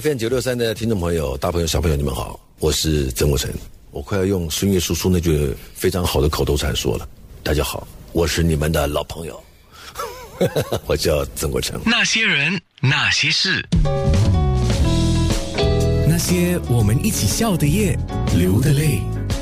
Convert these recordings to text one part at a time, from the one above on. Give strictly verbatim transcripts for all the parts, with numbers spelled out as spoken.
F M 九六三的听众朋友、大朋友、小朋友，你们好，我是曾国成。我快要用孙悦叔叔那句非常好的口头禅说了：大家好，我是你们的老朋友，我叫曾国成。 那些人，那些事， 那些我们一起笑的夜，流的泪。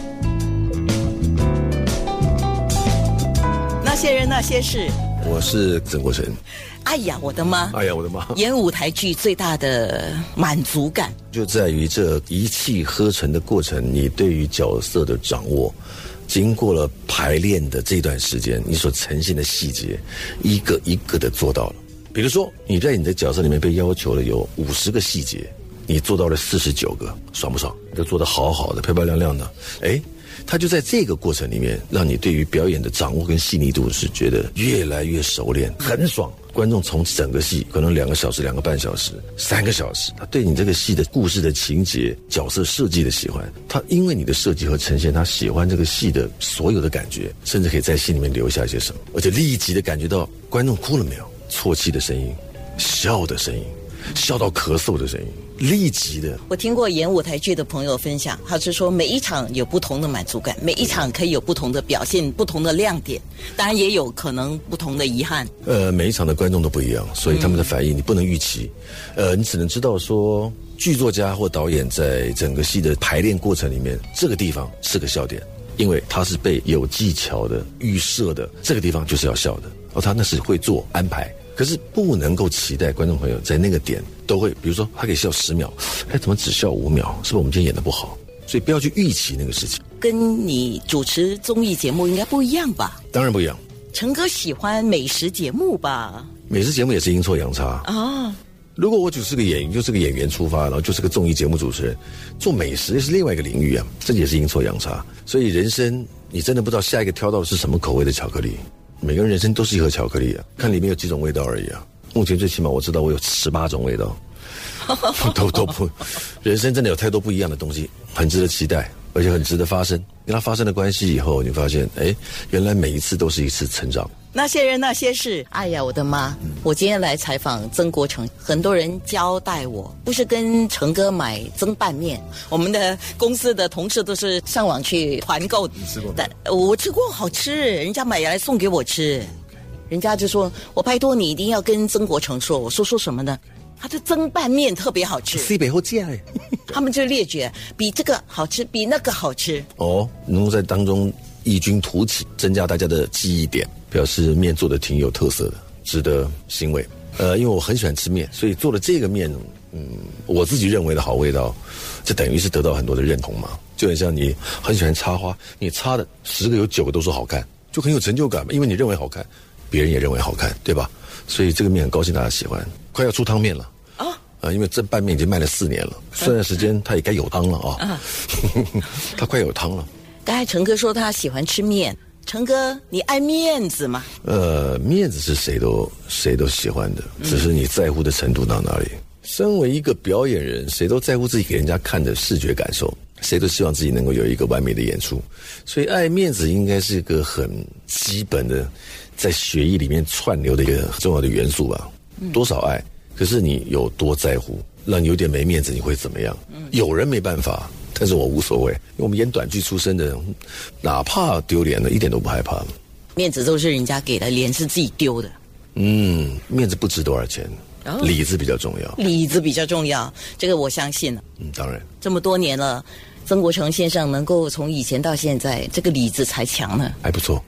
那些人，那些事。 我是曾国成。 哎呀，我的妈！ 哎呀，我的妈！ 演舞台剧最大的满足感， 就在于这一气呵成的过程，你对于角色的掌握，经过了排练的这段时间，你所呈现的细节，一个一个的做到了。比如说，你在你的角色里面被要求了有五十个细节，你做到了四十九个，爽不爽？都做得好好的，漂漂亮亮的。哎，他就在这个过程里面，让你对于表演的掌握跟细腻度是觉得越来越熟练，很爽。观众从整个戏可能两个小时、两个半小时、三个小时，他对你这个戏的故事的情节、角色设计的喜欢，他因为你的设计和呈现，他喜欢这个戏的所有的感觉，甚至可以在戏里面留下一些什么，而且立即的感觉到观众哭了没有，啜泣的声音，笑的声音，笑到咳嗽的声音，立即的。 我听过演舞台剧的朋友分享，他是说每一场有不同的满足感，每一场可以有不同的表现，不同的亮点，当然也有可能不同的遗憾。 呃，每一场的观众都不一样，所以他们的反应你不能预期。呃，你只能知道说，剧作家或导演在整个戏的排练过程里面，这个地方是个笑点，因为他是被有技巧的预设的，这个地方就是要笑的，而他那是会做安排。可是不能够期待观众朋友在那个点都会，比如说他可以笑十秒，哎，怎么只笑五秒？是不是我们今天演得不好？所以不要去预期那个事情。 跟你主持综艺节目应该不一样吧？ 当然不一样。 成哥喜欢美食节目吧？ 美食节目也是阴错阳差啊。哦， 如果我只是个演员，就是个演员出发，然后就是个综艺节目主持人，做美食是另外一个领域啊，这也是阴错阳差。所以人生你真的不知道下一个挑到的是什么口味的巧克力。每个人人生都是一盒巧克力啊，看里面有几种味道而已啊。目前最起码我知道我有十八种味道，都都不，人生真的有太多不一样的东西，很值得期待，而且很值得发生。跟它发生的关系以后，你发现，哎，原来每一次都是一次成长。 那些人那些事，哎呀，我的妈！嗯、我今天来采访曾国成，很多人交代我，不是跟成哥买蒸拌面，我们的公司的同事都是上网去团购。 你吃过吗？ 但我吃过，好吃，人家买来送给我吃，人家就说我拜托你一定要跟曾国成说，我说说什么呢？他的蒸拌面特别好吃， 西北后酱哎， 他们就列举比这个好吃，比那个好吃。 哦，能够在当中异军突起，增加大家的记忆点。表示面做的挺有特色的，值得欣慰。呃，因为我很喜欢吃面，所以做了这个面，嗯，我自己认为的好味道，这等于是得到很多的认同嘛。就很像你很喜欢插花，你插的十个有九个都说好看，就很有成就感嘛，因为你认为好看，别人也认为好看，对吧？所以这个面很高兴大家喜欢。快要出汤面了啊！啊、呃，因为这拌面已经卖了四年了，算段时间它也该有汤了啊。啊它快有汤了。 刚才成哥说他喜欢吃面。成哥，你爱面子吗？ 呃，面子是谁都谁都喜欢的，只是你在乎的程度到哪里。嗯、身为一个表演人，谁都在乎自己给人家看的视觉感受，谁都希望自己能够有一个完美的演出。所以爱面子应该是一个很基本的，在血液里面串流的一个重要的元素吧。嗯、多少爱，可是你有多在乎，让你有点没面子，你会怎么样？嗯、有人没办法。但是我无所谓，因为我们演短剧出身的人，哪怕丢脸了，一点都不害怕。 面子都是人家给的，脸是自己丢的。 嗯，面子不值多少钱，哦、里子比较重要。 里子比较重要，这个我相信了。 嗯，当然。这么多年了，曾国成先生能够从以前到现在，这个里子才强呢。 还不错。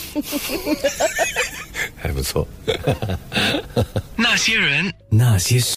还不错。 那些人， 那些事。